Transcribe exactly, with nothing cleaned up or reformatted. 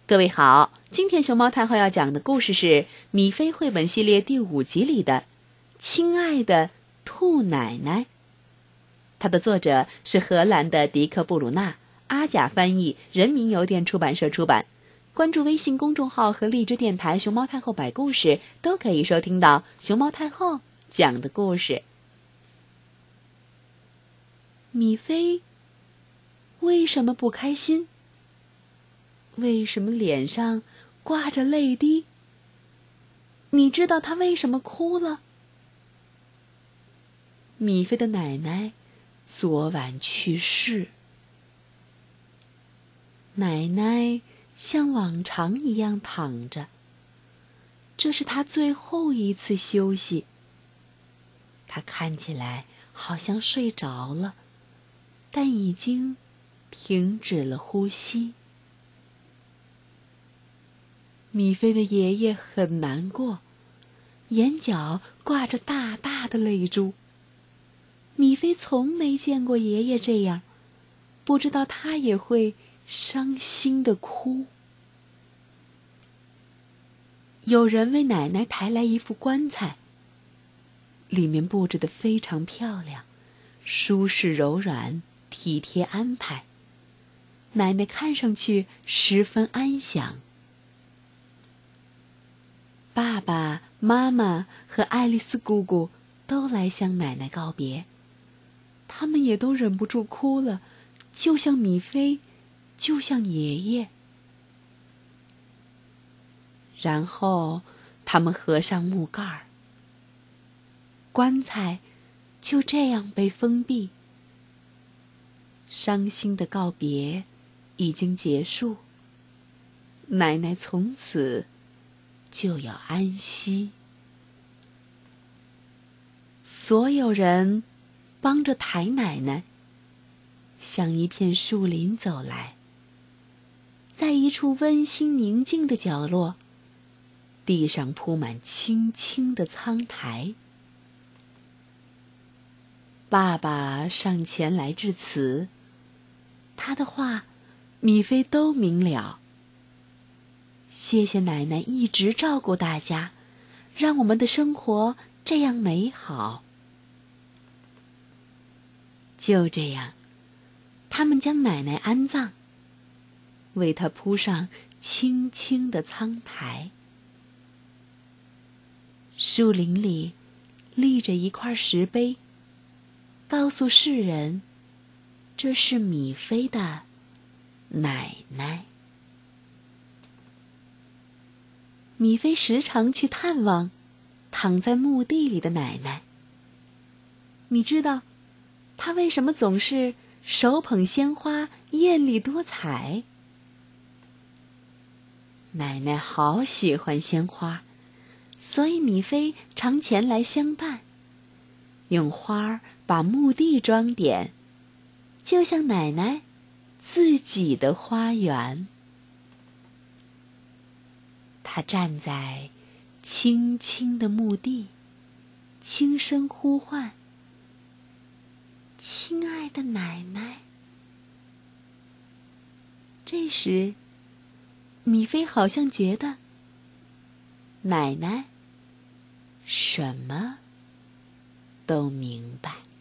各位好，今天熊猫太后要讲的故事是米菲绘本系列第五集里的《亲爱的兔奶奶》。它的作者是荷兰的迪克·布鲁纳，阿甲翻译，人民邮电出版社出版。关注微信公众号和荔枝电台熊猫太后摆故事，都可以收听到熊猫太后讲的故事。米菲为什么不开心？为什么脸上挂着泪滴？你知道她为什么哭了？米菲的奶奶昨晚去世。奶奶像往常一样躺着，这是她最后一次休息。她看起来好像睡着了，但已经停止了呼吸。米菲的爷爷很难过，眼角挂着大大的泪珠。米菲从没见过爷爷这样，不知道他也会伤心地哭。有人为奶奶抬来一副棺材，里面布置得非常漂亮，舒适柔软，体贴安排。奶奶看上去十分安详。爸爸妈妈和爱丽丝姑姑都来向奶奶告别，他们也都忍不住哭了，就像米菲，就像爷爷。然后他们合上木盖儿，棺材就这样被封闭。伤心的告别已经结束，奶奶从此就要安息。所有人帮着抬奶奶，向一片树林走来。在一处温馨宁静的角落，地上铺满青青的苍苔。爸爸上前来致辞，他的话米菲都明了。谢谢奶奶一直照顾大家，让我们的生活这样美好。就这样，他们将奶奶安葬，为她铺上青青的苍苔。树林里立着一块石碑，告诉世人，这是米菲的奶奶。米菲时常去探望躺在墓地里的奶奶。你知道她为什么总是手捧鲜花，艳丽多彩？奶奶好喜欢鲜花，所以米菲常前来相伴，用花儿把墓地装点，就像奶奶自己的花园。他站在青青的墓地，轻声呼唤：“亲爱的奶奶。”这时，米菲好像觉得奶奶什么都明白。